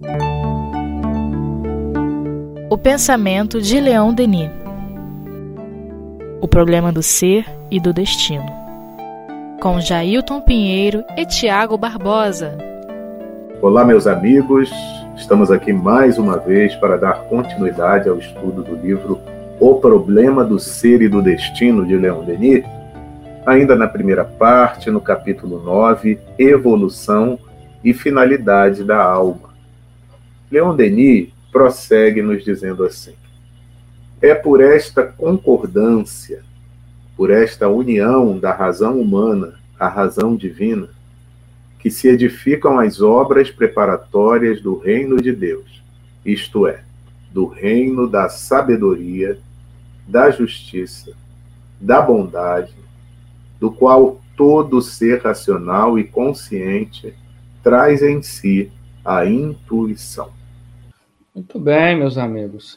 O pensamento de Leon Denis. O problema do ser e do destino. Com Jailton Pinheiro e Tiago Barbosa. Olá, meus amigos. Estamos aqui mais uma vez para dar continuidade ao estudo do livro O Problema do Ser e do Destino, de Leon Denis. Ainda na primeira parte, no capítulo 9, Evolução e Finalidade da Alma. Leon Denis prossegue nos dizendo assim: é por esta concordância, por esta união da razão humana à razão divina, que se edificam as obras preparatórias do reino de Deus, isto é, do reino da sabedoria, da justiça, da bondade, do qual todo ser racional e consciente traz em si a intuição. Muito bem, meus amigos.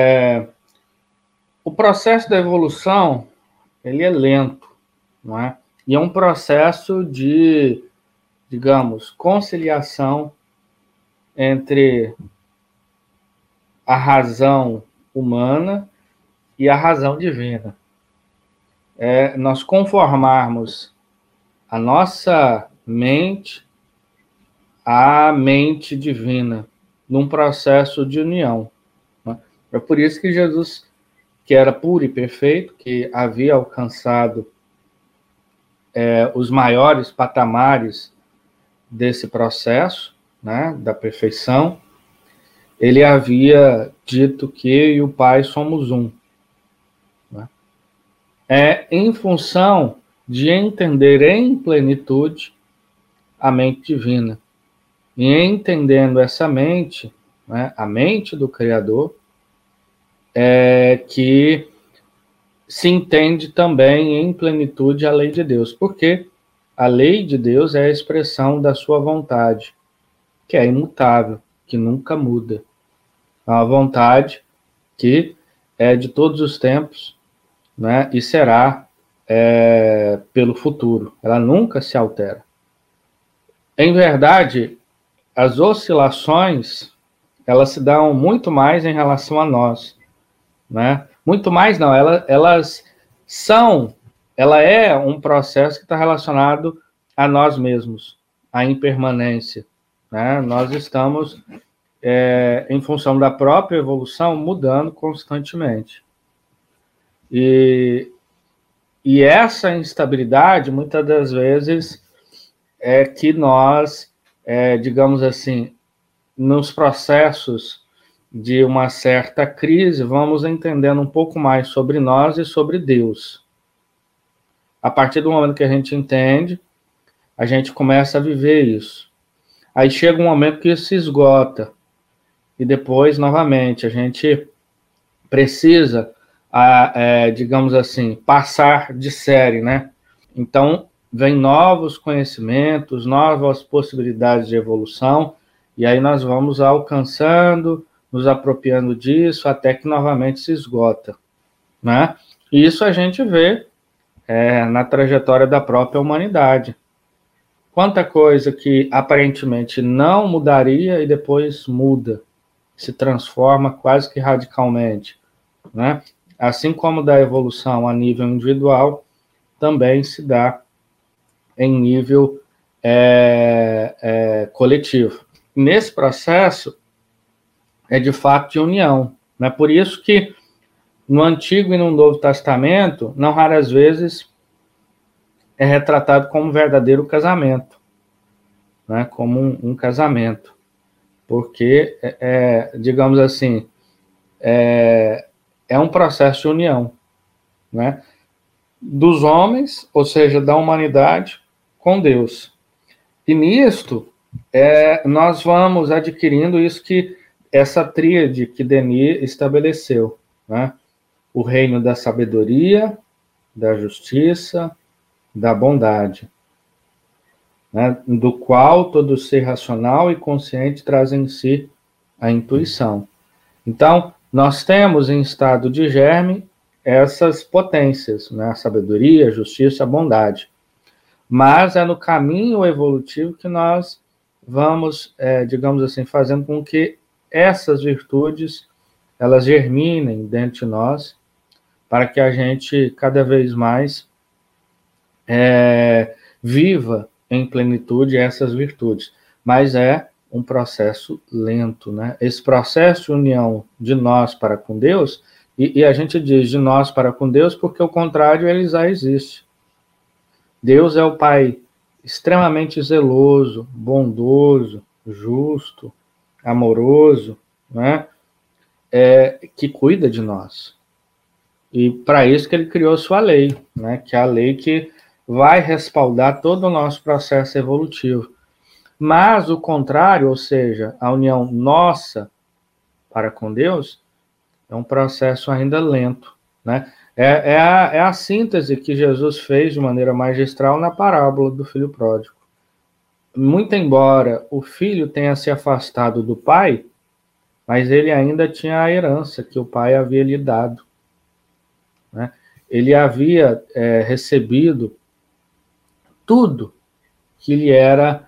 O processo da evolução, ele é lento, não é? E é um processo de, digamos, conciliação entre a razão humana e a razão divina. Nós conformarmos a nossa mente à mente divina num processo de união. Né? É por isso que Jesus, que era puro e perfeito, que havia alcançado os maiores patamares desse processo, né, da perfeição, ele havia dito que eu e o Pai somos um. Em função de entender em plenitude a mente divina. E entendendo essa mente, né, a mente do Criador, que se entende também em plenitude a lei de Deus. Porque a lei de Deus é a expressão da sua vontade, que é imutável, que nunca muda. É uma vontade que é de todos os tempos, né, e será pelo futuro. Ela nunca se altera. Em verdade, as oscilações, elas se dão muito mais em relação a nós, né? Muito mais não, ela é um processo que está relacionado a nós mesmos, à impermanência, né? Nós estamos, em função da própria evolução, mudando constantemente. E essa instabilidade, muitas das vezes, é que nós, digamos assim, nos processos de uma certa crise, vamos entendendo um pouco mais sobre nós e sobre Deus. A partir do momento que a gente entende, a gente começa a viver isso. Aí chega um momento que isso se esgota. E depois, novamente, a gente precisa, digamos assim, passar de série, né? Então, vem novos conhecimentos, novas possibilidades de evolução, e aí nós vamos alcançando, nos apropriando disso, até que novamente se esgota, né? E isso a gente vê na trajetória da própria humanidade. Quanta coisa que aparentemente não mudaria e depois muda, se transforma quase que radicalmente, né? Assim como da evolução a nível individual, também se dá em nível coletivo. Nesse processo, é de fato de união. Né? Por isso que no Antigo e no Novo Testamento, não raras vezes, é retratado como um verdadeiro casamento, né? Como um casamento. Porque, digamos assim, é um processo de união, né? Dos homens, ou seja, da humanidade, com Deus. E nisto, nós vamos adquirindo isso que essa tríade que Denis estabeleceu, né? O reino da sabedoria, da justiça, da bondade, né? Do qual todo ser racional e consciente traz em si a intuição. Então, nós temos em estado de germe essas potências, né? A sabedoria, a justiça, a bondade. Mas é no caminho evolutivo que nós vamos, digamos assim, fazendo com que essas virtudes, elas germinem dentro de nós, para que a gente cada vez mais viva em plenitude essas virtudes. Mas é um processo lento, né? Esse processo de união de nós para com Deus, e a gente diz de nós para com Deus porque o contrário, ele já existe. Deus é o Pai extremamente zeloso, bondoso, justo, amoroso, né? Que cuida de nós. E para isso que ele criou sua lei, né? Que é a lei que vai respaldar todo o nosso processo evolutivo. Mas o contrário, ou seja, a união nossa para com Deus, é um processo ainda lento, né? É a síntese que Jesus fez de maneira magistral na parábola do filho pródigo. Muito embora o filho tenha se afastado do pai, mas ele ainda tinha a herança que o pai havia lhe dado, né? Ele havia recebido tudo que lhe era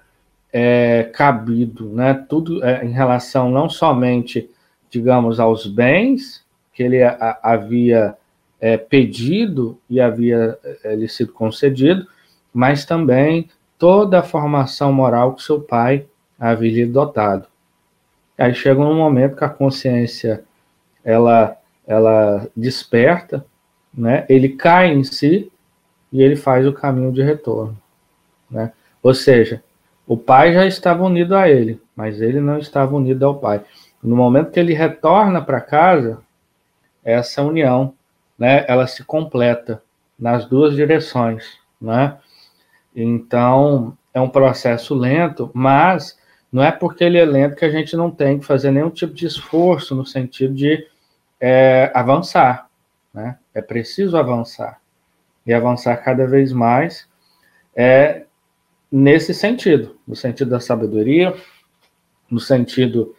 cabido, né? Tudo em relação não somente, digamos, aos bens que ele havia pedido e havia lhe sido concedido, mas também toda a formação moral que seu pai havia lhe dotado. Aí chega um momento que a consciência ela desperta, né? Ele cai em si e ele faz o caminho de retorno, né? Ou seja, o pai já estava unido a ele, mas ele não estava unido ao pai. No momento que ele retorna para casa, essa união, né, ela se completa nas duas direções, né? Então, é um processo lento, mas não é porque ele é lento que a gente não tem que fazer nenhum tipo de esforço no sentido de avançar, né? É preciso avançar, e avançar cada vez mais nesse sentido, no sentido da sabedoria, no sentido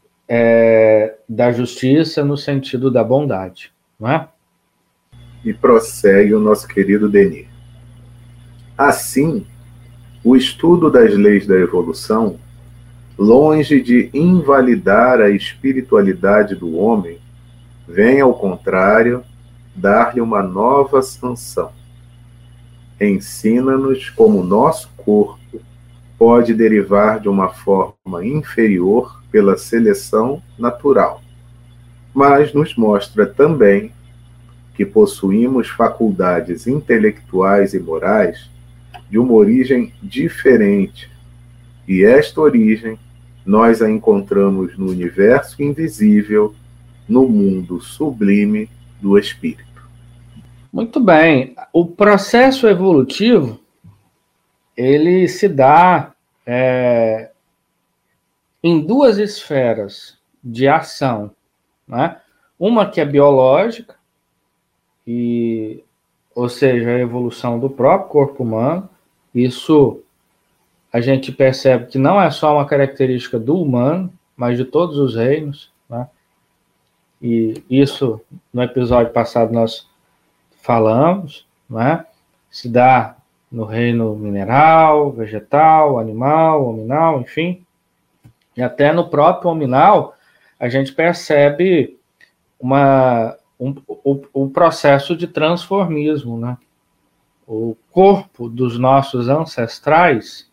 da justiça, no sentido da bondade, não é? E prossegue o nosso querido Denis. Assim, o estudo das leis da evolução, longe de invalidar a espiritualidade do homem, vem, ao contrário, dar-lhe uma nova sanção. Ensina-nos como o nosso corpo pode derivar de uma forma inferior pela seleção natural, mas nos mostra também que possuímos faculdades intelectuais e morais de uma origem diferente, e esta origem nós a encontramos no universo invisível, no mundo sublime do espírito. Muito bem. O processo evolutivo, ele se dá em duas esferas de ação, né? Uma que é biológica, ou seja, a evolução do próprio corpo humano. Isso a gente percebe que não é só uma característica do humano, mas de todos os reinos, né? E isso, no episódio passado, nós falamos, né? Se dá no reino mineral, vegetal, animal, hominal, enfim. E até no próprio hominal, a gente percebe o processo de transformismo, né? O corpo dos nossos ancestrais,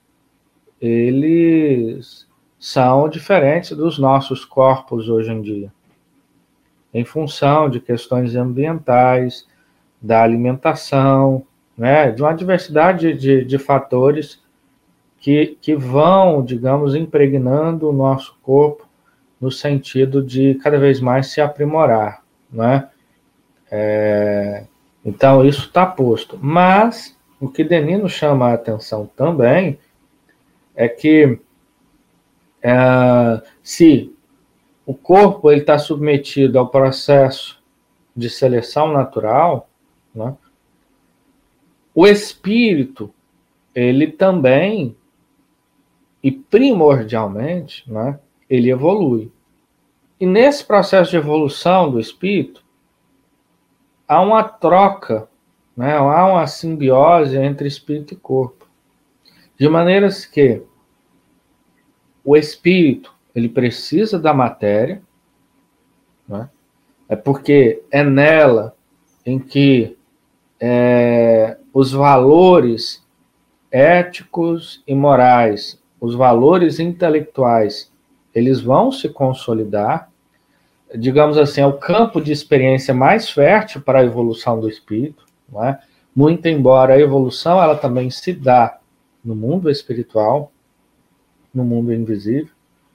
eles são diferentes dos nossos corpos hoje em dia, em função de questões ambientais, da alimentação, né? De uma diversidade de fatores que vão, digamos, impregnando o nosso corpo no sentido de cada vez mais se aprimorar, né? Então, isso está posto. Mas o que Denis nos chama a atenção também é que se o corpo está submetido ao processo de seleção natural, né, o espírito, ele também, e primordialmente, né, ele evolui. E nesse processo de evolução do espírito, há uma troca, né, há uma simbiose entre espírito e corpo. De maneiras que o espírito, ele precisa da matéria, né? É porque é nela em que os valores éticos e morais, os valores intelectuais, eles vão se consolidar. Digamos assim, é o campo de experiência mais fértil para a evolução do espírito, não é? Muito embora a evolução ela também se dá no mundo espiritual, no mundo invisível,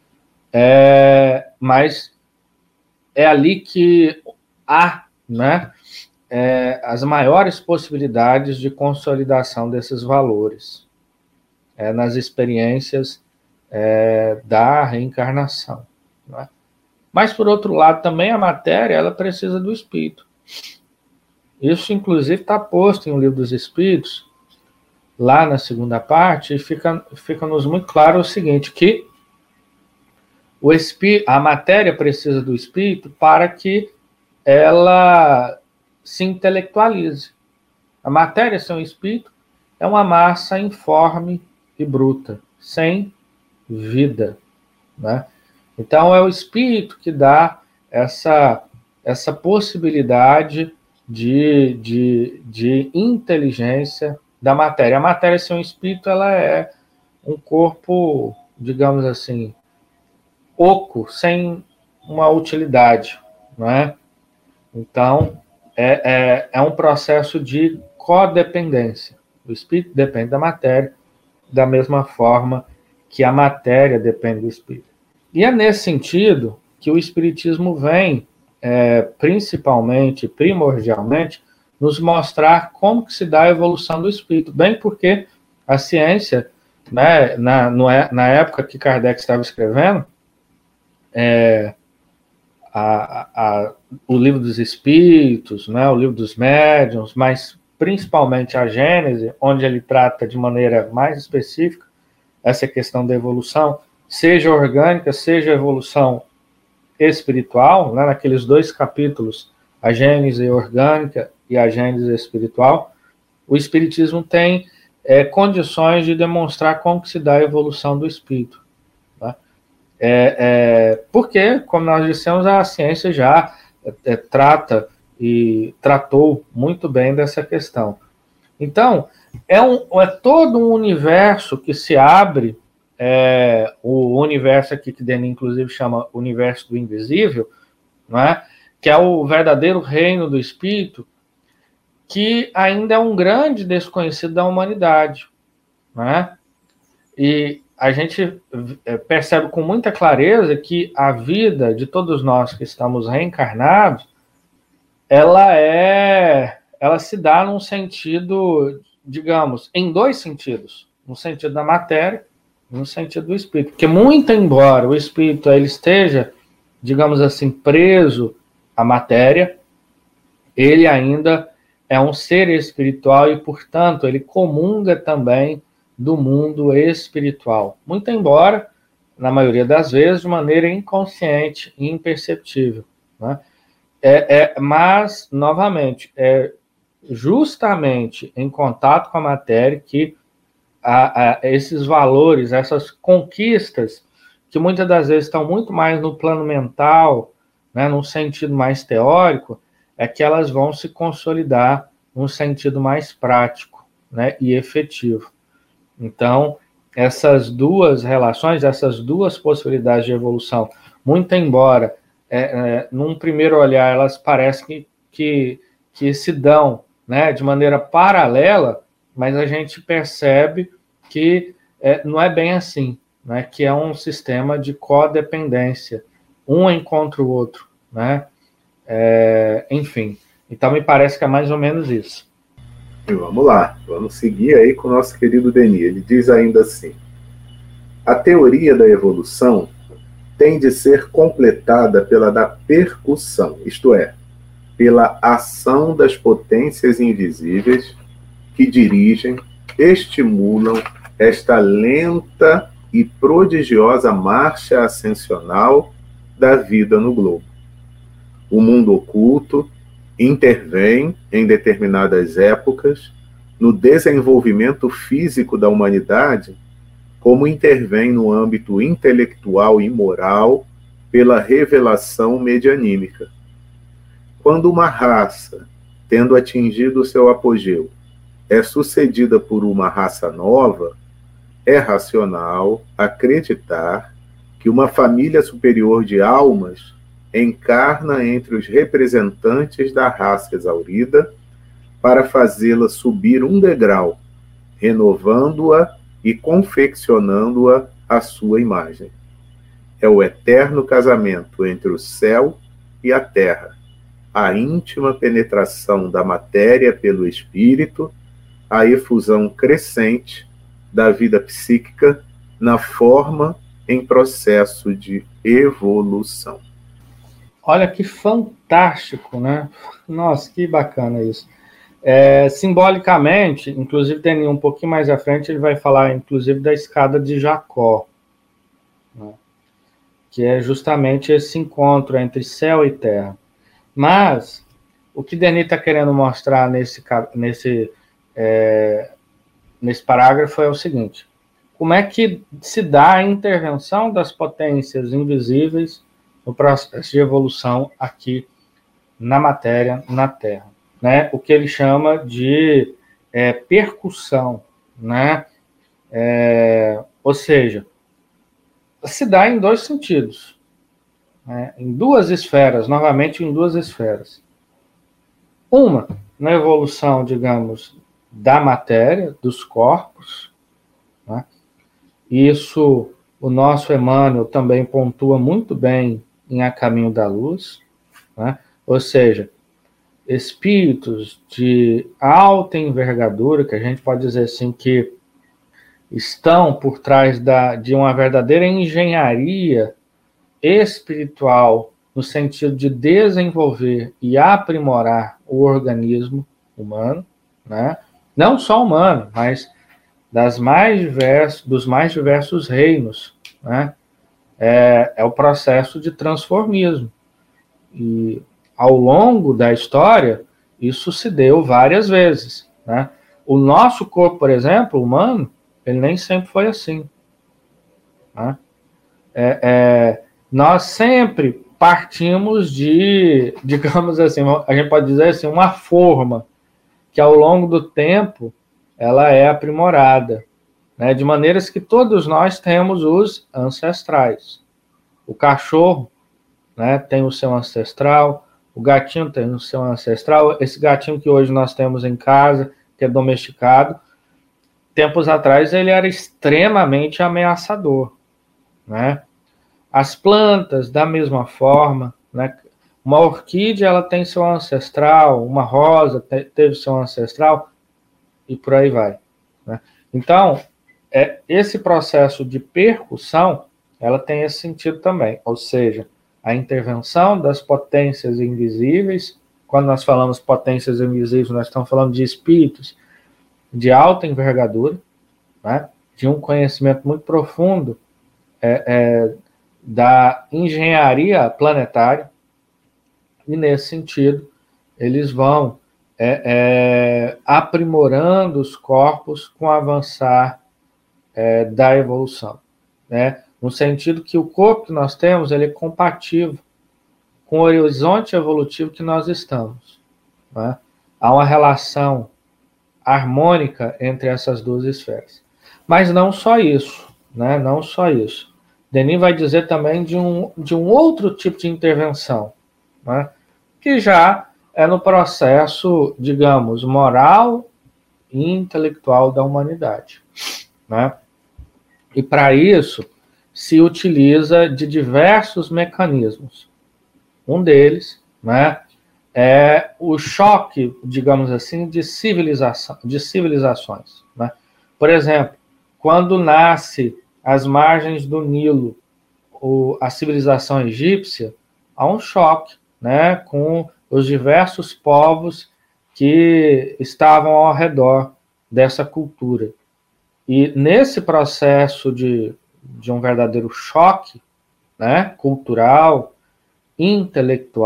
mas é ali que há, né, as maiores possibilidades de consolidação desses valores, nas experiências da reencarnação, não é? Mas, por outro lado, também a matéria ela precisa do espírito. Isso, inclusive, está posto em O Livro dos Espíritos, lá na segunda parte, e fica-nos muito claro o seguinte, que a matéria precisa do espírito para que ela se intelectualize. A matéria sem o espírito é uma massa informe e bruta, sem vida, né? Então, é o espírito que dá essa possibilidade de inteligência da matéria. A matéria sem o espírito, ela é um corpo, digamos assim, oco, sem uma utilidade, não é? Então, é um processo de codependência. O espírito depende da matéria, da mesma forma que a matéria depende do espírito. E é nesse sentido que o espiritismo vem, principalmente, primordialmente, nos mostrar como que se dá a evolução do espírito. Bem porque a ciência, né, na época que Kardec estava escrevendo, o Livro dos Espíritos, né, o Livro dos Médiuns, mas principalmente a Gênese, onde ele trata de maneira mais específica essa questão da evolução, seja orgânica, seja evolução espiritual, né, naqueles 2 capítulos, a Gênese orgânica e a Gênese espiritual, o Espiritismo tem condições de demonstrar como que se dá a evolução do espírito. Tá? Porque, como nós dissemos, a ciência já trata e tratou muito bem dessa questão. Então, é todo um universo que se abre, o universo aqui que Denis, inclusive, chama universo do invisível, não é? Que é o verdadeiro reino do espírito, que ainda é um grande desconhecido da humanidade, não é? E a gente percebe com muita clareza que a vida de todos nós que estamos reencarnados, ela se dá num sentido, digamos, em 2 sentidos, no sentido da matéria e no sentido do espírito. Porque muito embora o espírito ele esteja, digamos assim, preso à matéria, ele ainda é um ser espiritual e, portanto, ele comunga também do mundo espiritual. Muito embora, na maioria das vezes, de maneira inconsciente e imperceptível, né? Mas, novamente, justamente em contato com a matéria que esses valores, essas conquistas, que muitas das vezes estão muito mais no plano mental, né, num sentido mais teórico, é que elas vão se consolidar num sentido mais prático, né, e efetivo. Então, essas 2 relações, essas 2 possibilidades de evolução, muito embora, num primeiro olhar, elas parecem que se dão, né, de maneira paralela, mas a gente percebe que não é bem assim, né, que é um sistema de codependência, um encontra o outro, né? Enfim, então me parece que é mais ou menos isso. E vamos lá, vamos seguir aí com o nosso querido Denis. Ele diz ainda assim: a teoria da evolução tem de ser completada pela da percussão, isto é, pela ação das potências invisíveis que dirigem, estimulam esta lenta e prodigiosa marcha ascensional da vida no globo. O mundo oculto intervém em determinadas épocas no desenvolvimento físico da humanidade como intervém no âmbito intelectual e moral pela revelação medianímica. Quando uma raça, tendo atingido seu apogeu, é sucedida por uma raça nova, é racional acreditar que uma família superior de almas encarna entre os representantes da raça exaurida para fazê-la subir um degrau, renovando-a e confeccionando-a à sua imagem. É o eterno casamento entre o céu e a terra, a íntima penetração da matéria pelo espírito, a efusão crescente da vida psíquica na forma em processo de evolução. Olha que fantástico, né? Nossa, que bacana isso. Simbolicamente, inclusive tem um pouquinho mais à frente, ele vai falar inclusive da escada de Jacó, né? Que é justamente esse encontro entre céu e terra. Mas o que Denis está querendo mostrar nesse parágrafo é o seguinte: como é que se dá a intervenção das potências invisíveis no processo de evolução aqui na matéria, na Terra, né? O que ele chama de percussão, né? Ou seja, se dá em dois sentidos, né? Em duas esferas, novamente em duas esferas. Uma, na evolução, digamos, da matéria, dos corpos, né? Isso o nosso Emmanuel também pontua muito bem em A Caminho da Luz, né? Ou seja, espíritos de alta envergadura, que a gente pode dizer assim, que estão por trás de uma verdadeira engenharia espiritual, no sentido de desenvolver e aprimorar o organismo humano, né? Não só humano, mas dos mais diversos reinos, né? É o processo de transformismo. E ao longo da história, isso se deu várias vezes, né? O nosso corpo, por exemplo, humano, ele nem sempre foi assim, né? Nós sempre partimos de, digamos assim, a gente pode dizer assim, uma forma que ao longo do tempo ela é aprimorada, né? De maneiras que todos nós temos os ancestrais. O cachorro, né, tem o seu ancestral, o gatinho tem o seu ancestral, esse gatinho que hoje nós temos em casa, que é domesticado, tempos atrás ele era extremamente ameaçador, né? As plantas, da mesma forma, né? Uma orquídea, ela tem seu ancestral, uma rosa teve seu ancestral, e por aí vai, né? Então, esse processo de percussão, ela tem esse sentido também, ou seja, a intervenção das potências invisíveis. Quando nós falamos potências invisíveis, nós estamos falando de espíritos de alta envergadura, né? De um conhecimento muito profundo da engenharia planetária, e nesse sentido eles vão aprimorando os corpos com o avançar da evolução, né? No sentido que o corpo que nós temos, ele é compatível com o horizonte evolutivo que nós estamos, né? Há uma relação harmônica entre essas duas esferas. Mas não só isso, né? Não só isso. Denis vai dizer também de um outro tipo de intervenção, né? Que já é no processo, digamos, moral e intelectual da humanidade, né? E para isso se utiliza de diversos mecanismos. Um deles, né, é o choque, digamos assim, de civilizações, né? Por exemplo, quando nasce às margens do Nilo a civilização egípcia, há um choque, né, com os diversos povos que estavam ao redor dessa cultura. E nesse processo de um verdadeiro choque, né, cultural,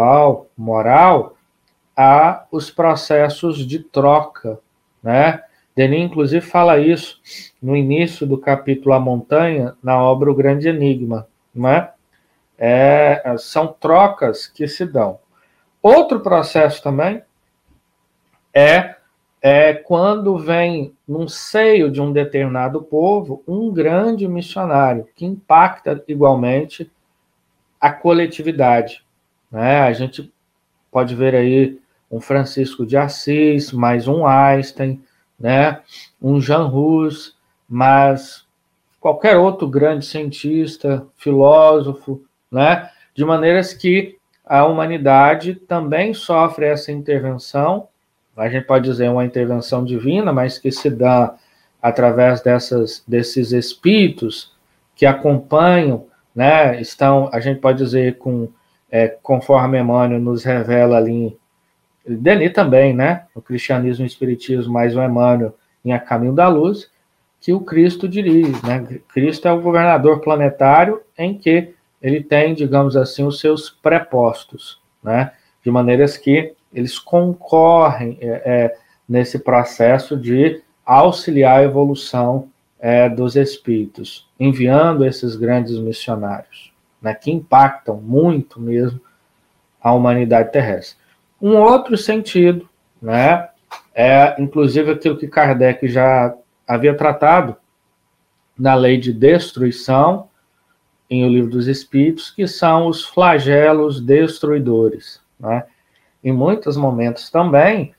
intelectual, moral, há os processos de troca, né, Denis, inclusive, fala isso no início do capítulo A Montanha, na obra O Grande Enigma, não é? São trocas que se dão. Outro processo também é quando vem, num seio de um determinado povo, um grande missionário que impacta igualmente a coletividade, né? A gente pode ver aí um Francisco de Assis, mais um Einstein, né? Um Jean Hus, mas qualquer outro grande cientista, filósofo, né? De maneiras que a humanidade também sofre essa intervenção. A gente pode dizer uma intervenção divina, mas que se dá através desses espíritos que acompanham, né? Estão, a gente pode dizer, conforme Emmanuel nos revela ali, Denis também, né? O cristianismo e o espiritismo, mais o Emmanuel em A Caminho da Luz, que o Cristo dirige, né? Cristo é o governador planetário em que ele tem, digamos assim, os seus prepostos, né? De maneiras que eles concorrem nesse processo de auxiliar a evolução dos espíritos, enviando esses grandes missionários, né? Que impactam muito mesmo a humanidade terrestre. Um outro sentido, né? Inclusive aquilo que Kardec já havia tratado na lei de destruição, em O Livro dos Espíritos, que são os flagelos destruidores, né? Em muitos momentos também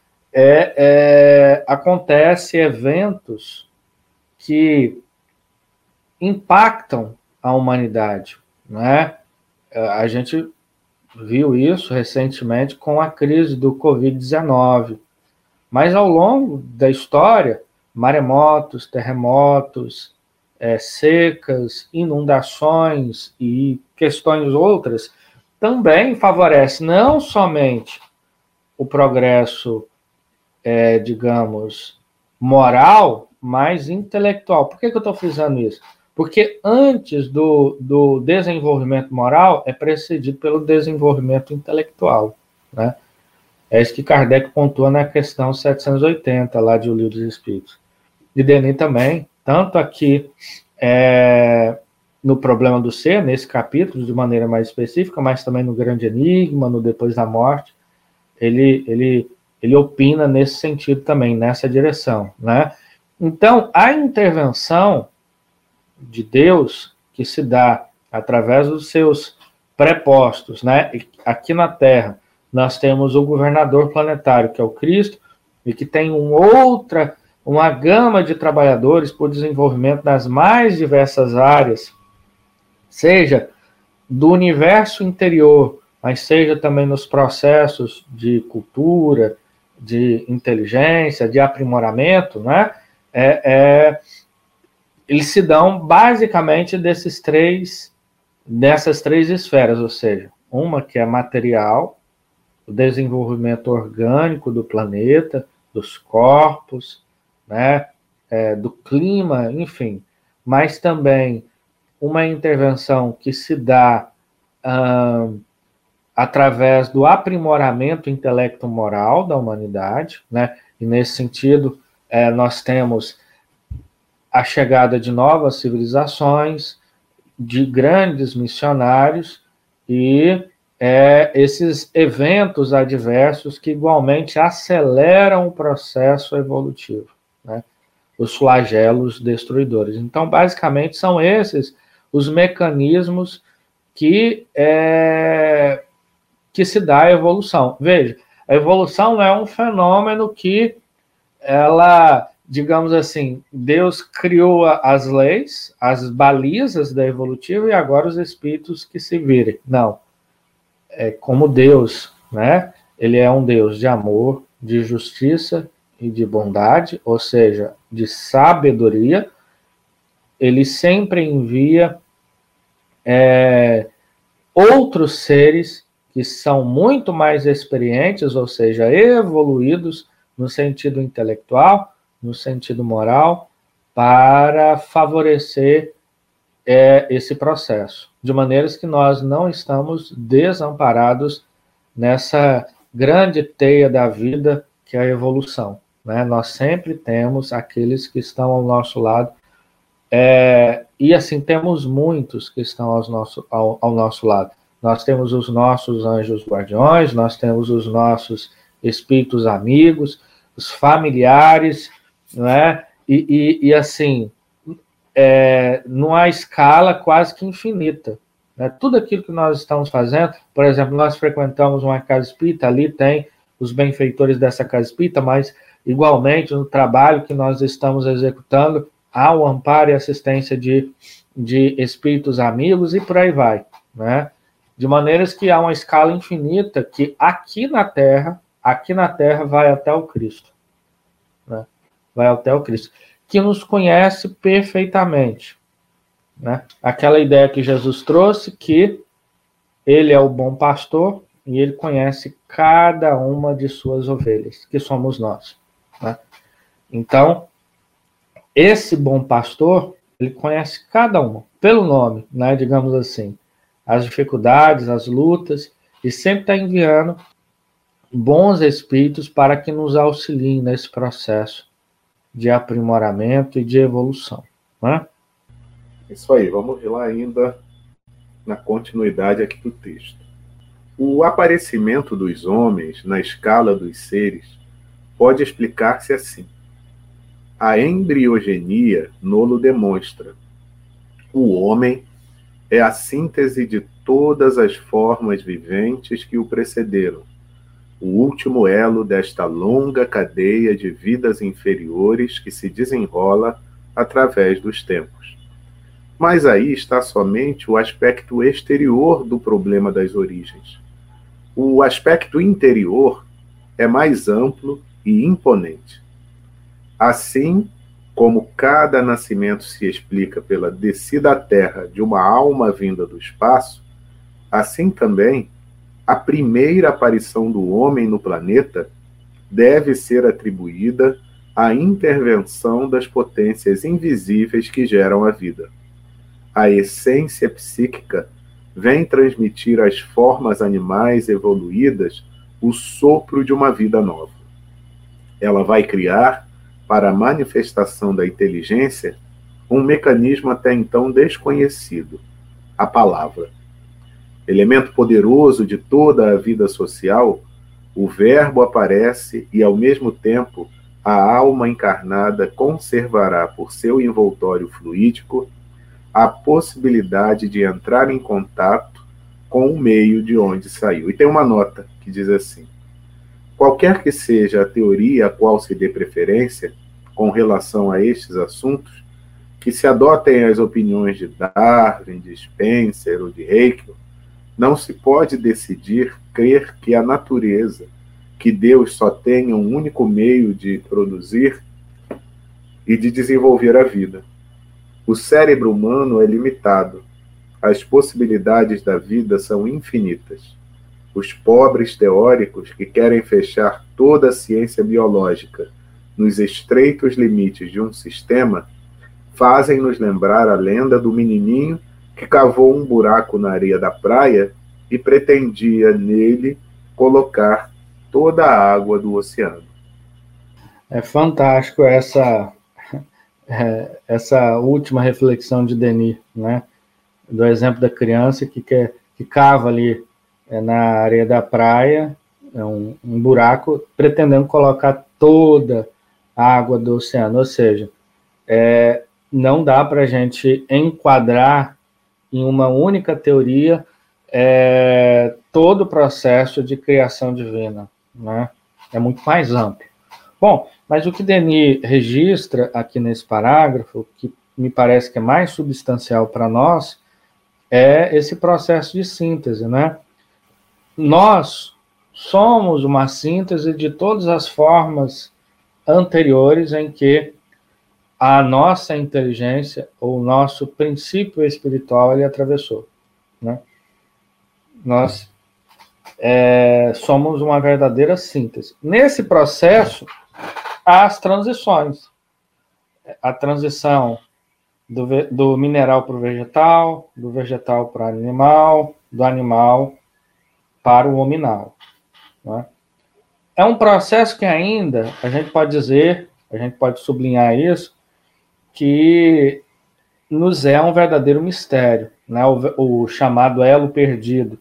acontece eventos que impactam a humanidade, né? A gente viu isso recentemente com a crise do Covid-19, mas ao longo da história, maremotos, terremotos, secas, inundações e questões outras também favorecem não somente o progresso, digamos, moral, mas intelectual. Por que eu estou frisando isso? Porque antes do desenvolvimento moral é precedido pelo desenvolvimento intelectual, né? É isso que Kardec pontua na questão 780, lá de O Livro dos Espíritos. E Denis também, tanto aqui no Problema do Ser, nesse capítulo, de maneira mais específica, mas também no Grande Enigma, no Depois da Morte, ele opina nesse sentido também, nessa direção, né? Então, a intervenção de Deus que se dá através dos seus prepostos, né? Aqui na Terra, nós temos o governador planetário, que é o Cristo, e que tem uma gama de trabalhadores por desenvolvimento das mais diversas áreas, seja do universo interior, mas seja também nos processos de cultura, de inteligência, de aprimoramento, né? Eles se dão basicamente dessas três esferas, ou seja, uma que é material, o desenvolvimento orgânico do planeta, dos corpos, né, do clima, enfim, mas também uma intervenção que se dá através do aprimoramento intelecto-moral da humanidade, né, e nesse sentido nós temos a chegada de novas civilizações, de grandes missionários e esses eventos adversos que igualmente aceleram o processo evolutivo, né? Os flagelos destruidores. Então, basicamente, são esses os mecanismos que se dá a evolução. Veja, a evolução não é um fenômeno que ela, digamos assim, Deus criou as leis, as balizas da evolutiva e agora os espíritos que se virem. Não. Como Deus, né? Ele é um Deus de amor, de justiça e de bondade, ou seja, de sabedoria. Ele sempre envia outros seres que são muito mais experientes, ou seja, evoluídos no sentido intelectual, no sentido moral, para favorecer esse processo, de maneiras que nós não estamos desamparados nessa grande teia da vida que é a evolução, né? Nós sempre temos aqueles que estão ao nosso lado, e assim, temos muitos que estão ao nosso lado. Nós temos os nossos anjos guardiões, nós temos os nossos espíritos amigos, os familiares, né? E assim, numa escala quase que infinita, né? Tudo aquilo que nós estamos fazendo, por exemplo, nós frequentamos uma casa espírita, ali tem os benfeitores dessa casa espírita, mas igualmente no trabalho que nós estamos executando, há o amparo e assistência de espíritos amigos e por aí vai, né? De maneiras que há uma escala infinita que aqui na Terra vai até o Cristo, né? Vai até o Cristo, que nos conhece perfeitamente, né? Aquela ideia que Jesus trouxe, que ele é o bom pastor e ele conhece cada uma de suas ovelhas, que somos nós, né? Então, esse bom pastor, ele conhece cada uma, pelo nome, né? Digamos assim, as dificuldades, as lutas, e sempre está enviando bons espíritos para que nos auxiliem nesse processo de aprimoramento e de evolução, né? Isso aí, vamos lá ainda na continuidade aqui do texto. O aparecimento dos homens na escala dos seres pode explicar-se assim. A embriogenia nolo demonstra. O homem é a síntese de todas as formas viventes que o precederam, o último elo desta longa cadeia de vidas inferiores que se desenrola através dos tempos. Mas aí está somente o aspecto exterior do problema das origens. O aspecto interior é mais amplo e imponente. Assim, como cada nascimento se explica pela descida à Terra de uma alma vinda do espaço, assim também a primeira aparição do homem no planeta deve ser atribuída à intervenção das potências invisíveis que geram a vida. A essência psíquica vem transmitir às formas animais evoluídas o sopro de uma vida nova. Ela vai criar, para a manifestação da inteligência, um mecanismo até então desconhecido, a palavra. Elemento poderoso de toda a vida social, o verbo aparece e, ao mesmo tempo, a alma encarnada conservará por seu envoltório fluídico a possibilidade de entrar em contato com o meio de onde saiu. E tem uma nota que diz assim: qualquer que seja a teoria a qual se dê preferência com relação a estes assuntos, que se adotem as opiniões de Darwin, de Spencer ou de Haeckel, não se pode decidir crer que a natureza, que Deus só tenha um único meio de produzir e de desenvolver a vida. O cérebro humano é limitado. As possibilidades da vida são infinitas. Os pobres teóricos que querem fechar toda a ciência biológica nos estreitos limites de um sistema fazem-nos lembrar a lenda do menininho que cavou um buraco na areia da praia e pretendia nele colocar toda a água do oceano. É fantástico essa última reflexão de Denis, né? Do exemplo da criança que cava ali na areia da praia um buraco, pretendendo colocar toda a água do oceano. Ou seja, não dá para a gente enquadrar em uma única teoria todo o processo de criação divina, né? É muito mais amplo. Bom, mas o que Denis registra aqui nesse parágrafo, que me parece que é mais substancial para nós, é esse processo de síntese, né? Nós somos uma síntese de todas as formas anteriores em que a nossa inteligência, ou o nosso princípio espiritual, ele atravessou, né? Nós somos uma verdadeira síntese. Nesse processo, há as transições. A transição do mineral para o vegetal, do vegetal para o animal, do animal para o hominal, né? é um processo que ainda, a gente pode dizer, a gente pode sublinhar isso, que nos é um verdadeiro mistério, né? O chamado elo perdido.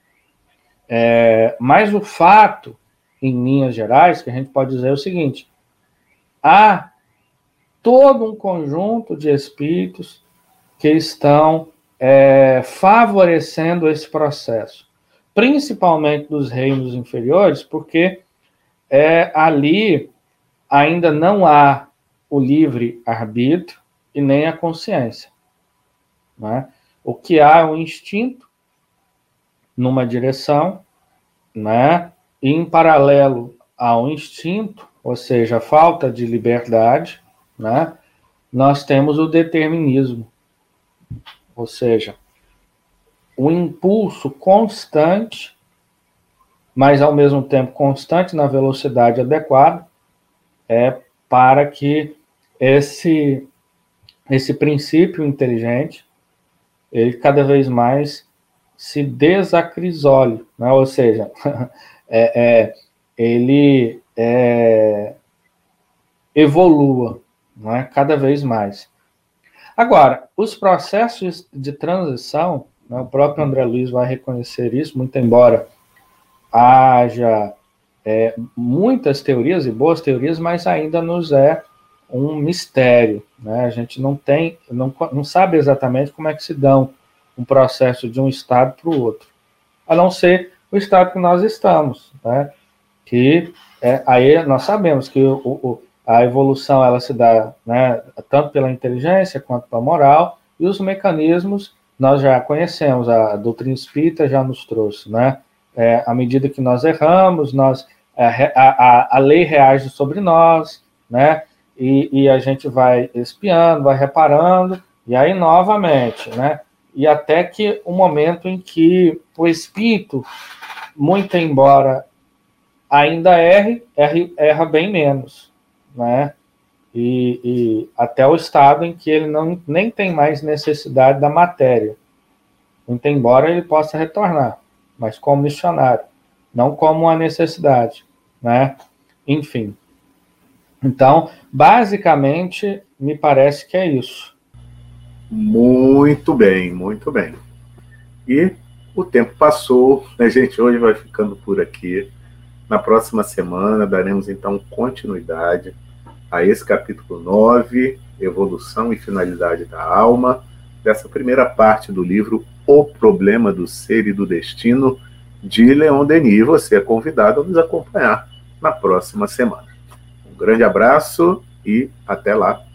Mas o fato, em linhas gerais, que a gente pode dizer é o seguinte: há todo um conjunto de espíritos que estão favorecendo esse processo, principalmente dos reinos inferiores, porque ali ainda não há o livre-arbítrio e nem a consciência. Né? O que há é um instinto numa direção, né? E em paralelo ao instinto, ou seja, a falta de liberdade, né? Nós temos o determinismo, ou seja, o impulso constante, mas ao mesmo tempo constante na velocidade adequada, para que esse princípio inteligente ele cada vez mais se desacrisole, né? Ou seja, ele evolua, né? Cada vez mais. Agora, os processos de transição, né? O próprio André Luiz vai reconhecer isso, muito embora haja muitas teorias e boas teorias, mas ainda nos é um mistério, né? A gente não sabe exatamente como é que se dão um processo de um estado para o outro, a não ser o estado que nós estamos, né? Que aí nós sabemos que a evolução ela se dá, né, tanto pela inteligência quanto pela moral, e os mecanismos nós já conhecemos, a doutrina espírita já nos trouxe, né? À medida que nós erramos, a lei reage sobre nós, né? E a gente vai espiando, vai reparando, e aí novamente, né? E até que o momento em que o espírito, muito embora ainda erra bem menos, né? E até o estado em que ele nem tem mais necessidade da matéria, muito embora ele possa retornar, mas como missionário, não como uma necessidade, né? Enfim. Então, basicamente, me parece que é isso. Muito bem, muito bem. E o tempo passou, a gente hoje vai ficando por aqui. Na próxima semana daremos então continuidade a esse capítulo 9, Evolução e Finalidade da Alma, dessa primeira parte do livro O Problema do Ser e do Destino, de Leon Denis. Você é convidado a nos acompanhar na próxima semana. Um grande abraço e até lá.